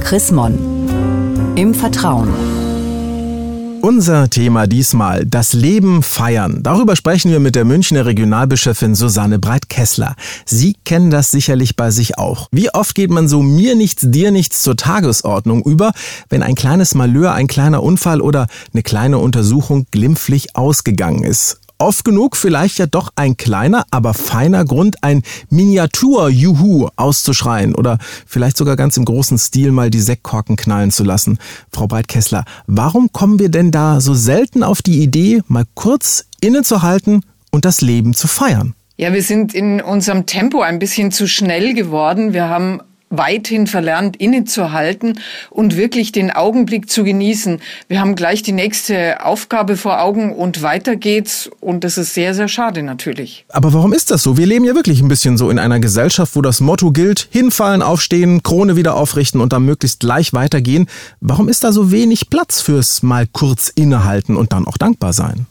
Chris Mon. Im Vertrauen. Unser Thema diesmal: das Leben feiern. Darüber sprechen wir mit der Münchner Regionalbischöfin Susanne Breit-Kessler. Sie kennen das sicherlich bei sich auch. Wie oft geht man so mir nichts, dir nichts zur Tagesordnung über, wenn ein kleines Malheur, ein kleiner Unfall oder eine kleine Untersuchung glimpflich ausgegangen ist? Oft genug vielleicht ja doch ein kleiner, aber feiner Grund, ein Miniatur-Juhu auszuschreien oder vielleicht sogar ganz im großen Stil mal die Sektkorken knallen zu lassen. Frau Breit-Kessler, warum kommen wir denn da so selten auf die Idee, mal kurz innezuhalten und das Leben zu feiern? Ja, wir sind in unserem Tempo ein bisschen zu schnell geworden. Wir haben weithin verlernt, innezuhalten und wirklich den Augenblick zu genießen. Wir haben gleich die nächste Aufgabe vor Augen und weiter geht's. Und das ist sehr, sehr schade natürlich. Aber warum ist das so? Wir leben ja wirklich ein bisschen so in einer Gesellschaft, wo das Motto gilt: hinfallen, aufstehen, Krone wieder aufrichten und dann möglichst gleich weitergehen. Warum ist da so wenig Platz fürs mal kurz innehalten und dann auch dankbar sein?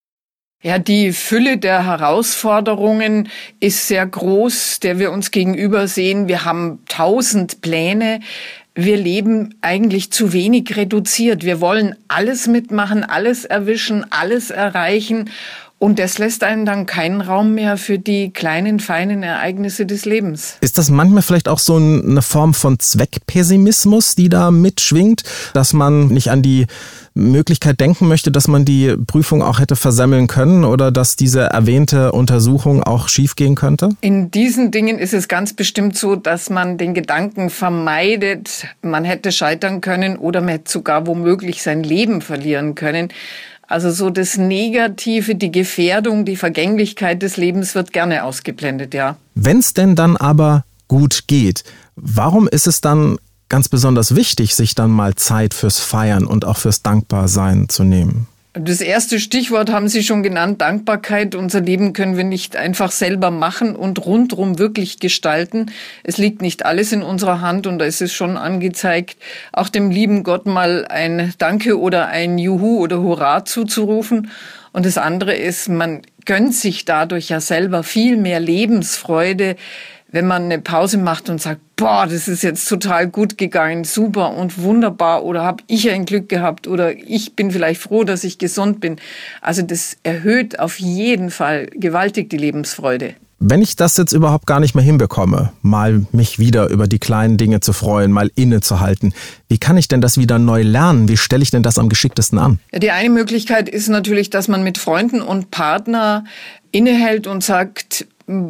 Ja, die Fülle der Herausforderungen ist sehr groß, der wir uns gegenüber sehen. Wir haben 1000 Pläne. Wir leben eigentlich zu wenig reduziert. Wir wollen alles mitmachen, alles erwischen, alles erreichen. Und das lässt einem dann keinen Raum mehr für die kleinen, feinen Ereignisse des Lebens. Ist das manchmal vielleicht auch so eine Form von Zweckpessimismus, die da mitschwingt, dass man nicht an die Möglichkeit denken möchte, dass man die Prüfung auch hätte versemmeln können oder dass diese erwähnte Untersuchung auch schiefgehen könnte? In diesen Dingen ist es ganz bestimmt so, dass man den Gedanken vermeidet, man hätte scheitern können oder man hätte sogar womöglich sein Leben verlieren können. Also so das Negative, die Gefährdung, die Vergänglichkeit des Lebens wird gerne ausgeblendet, ja. Wenn es denn dann aber gut geht, warum ist es dann ganz besonders wichtig, sich dann mal Zeit fürs Feiern und auch fürs Dankbarsein zu nehmen? Das erste Stichwort haben Sie schon genannt, Dankbarkeit. Unser Leben können wir nicht einfach selber machen und rundrum wirklich gestalten. Es liegt nicht alles in unserer Hand und da ist es schon angezeigt, auch dem lieben Gott mal ein Danke oder ein Juhu oder Hurra zuzurufen. Und das andere ist, man gönnt sich dadurch ja selber viel mehr Lebensfreude, wenn man eine Pause macht und sagt, boah, das ist jetzt total gut gegangen, super und wunderbar, oder habe ich ein Glück gehabt oder ich bin vielleicht froh, dass ich gesund bin. Also das erhöht auf jeden Fall gewaltig die Lebensfreude. Wenn ich das jetzt überhaupt gar nicht mehr hinbekomme, mal mich wieder über die kleinen Dinge zu freuen, mal innezuhalten, wie kann ich denn das wieder neu lernen? Wie stelle ich denn das am geschicktesten an? Die eine Möglichkeit ist natürlich, dass man mit Freunden und Partner innehält und sagt,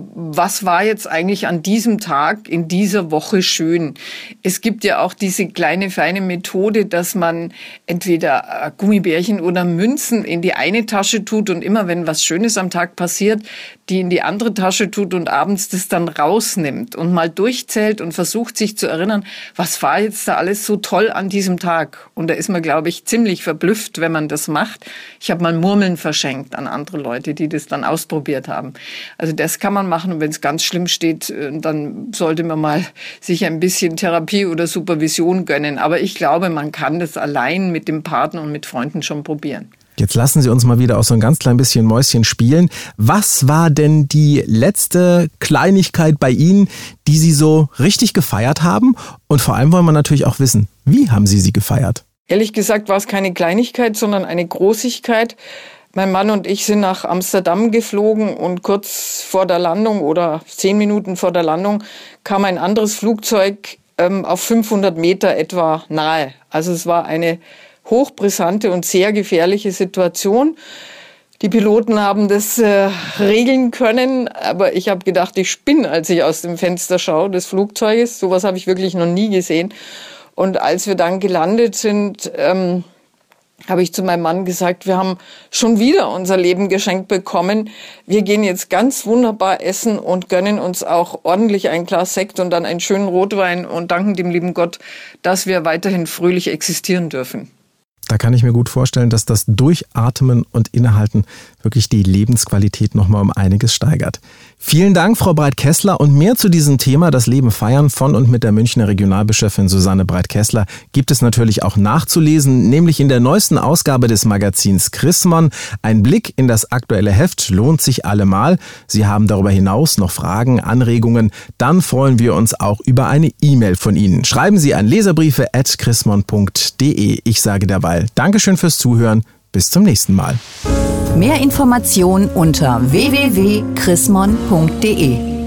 was war jetzt eigentlich an diesem Tag, in dieser Woche schön? Es gibt ja auch diese kleine, feine Methode, dass man entweder Gummibärchen oder Münzen in die eine Tasche tut und immer, wenn was Schönes am Tag passiert, die in die andere Tasche tut und abends das dann rausnimmt und mal durchzählt und versucht sich zu erinnern, was war jetzt da alles so toll an diesem Tag? Und da ist man, glaube ich, ziemlich verblüfft, wenn man das macht. Ich habe mal Murmeln verschenkt an andere Leute, die das dann ausprobiert haben. Also das kann man machen, und wenn es ganz schlimm steht, dann sollte man mal sich ein bisschen Therapie oder Supervision gönnen. Aber ich glaube, man kann das allein mit dem Partner und mit Freunden schon probieren. Jetzt lassen Sie uns mal wieder auch so ein ganz klein bisschen Mäuschen spielen. Was war denn die letzte Kleinigkeit bei Ihnen, die Sie so richtig gefeiert haben? Und vor allem wollen wir natürlich auch wissen, wie haben Sie sie gefeiert? Ehrlich gesagt war es keine Kleinigkeit, sondern eine Großigkeit. Mein Mann und ich sind nach Amsterdam geflogen und kurz vor der Landung oder 10 Minuten vor der Landung kam ein anderes Flugzeug auf 500 Meter etwa nahe. Also es war eine hochbrisante und sehr gefährliche Situation. Die Piloten haben das regeln können, aber ich habe gedacht, ich spinne, als ich aus dem Fenster schaue des Flugzeuges. Sowas habe ich wirklich noch nie gesehen. Und als wir dann gelandet sind, habe ich zu meinem Mann gesagt, wir haben schon wieder unser Leben geschenkt bekommen. Wir gehen jetzt ganz wunderbar essen und gönnen uns auch ordentlich ein Glas Sekt und dann einen schönen Rotwein und danken dem lieben Gott, dass wir weiterhin fröhlich existieren dürfen. Da kann ich mir gut vorstellen, dass das Durchatmen und Innehalten wirklich die Lebensqualität nochmal um einiges steigert. Vielen Dank, Frau Breit-Kessler. Und mehr zu diesem Thema, das Leben feiern, von und mit der Münchner Regionalbischöfin Susanne Breit-Kessler, gibt es natürlich auch nachzulesen, nämlich in der neuesten Ausgabe des Magazins Chrismon. Ein Blick in das aktuelle Heft lohnt sich allemal. Sie haben darüber hinaus noch Fragen, Anregungen, dann freuen wir uns auch über eine E-Mail von Ihnen. Schreiben Sie an leserbriefe@chrismon.de. Ich sage derweil Dankeschön fürs Zuhören. Bis zum nächsten Mal. Mehr Informationen unter www.chrismon.de.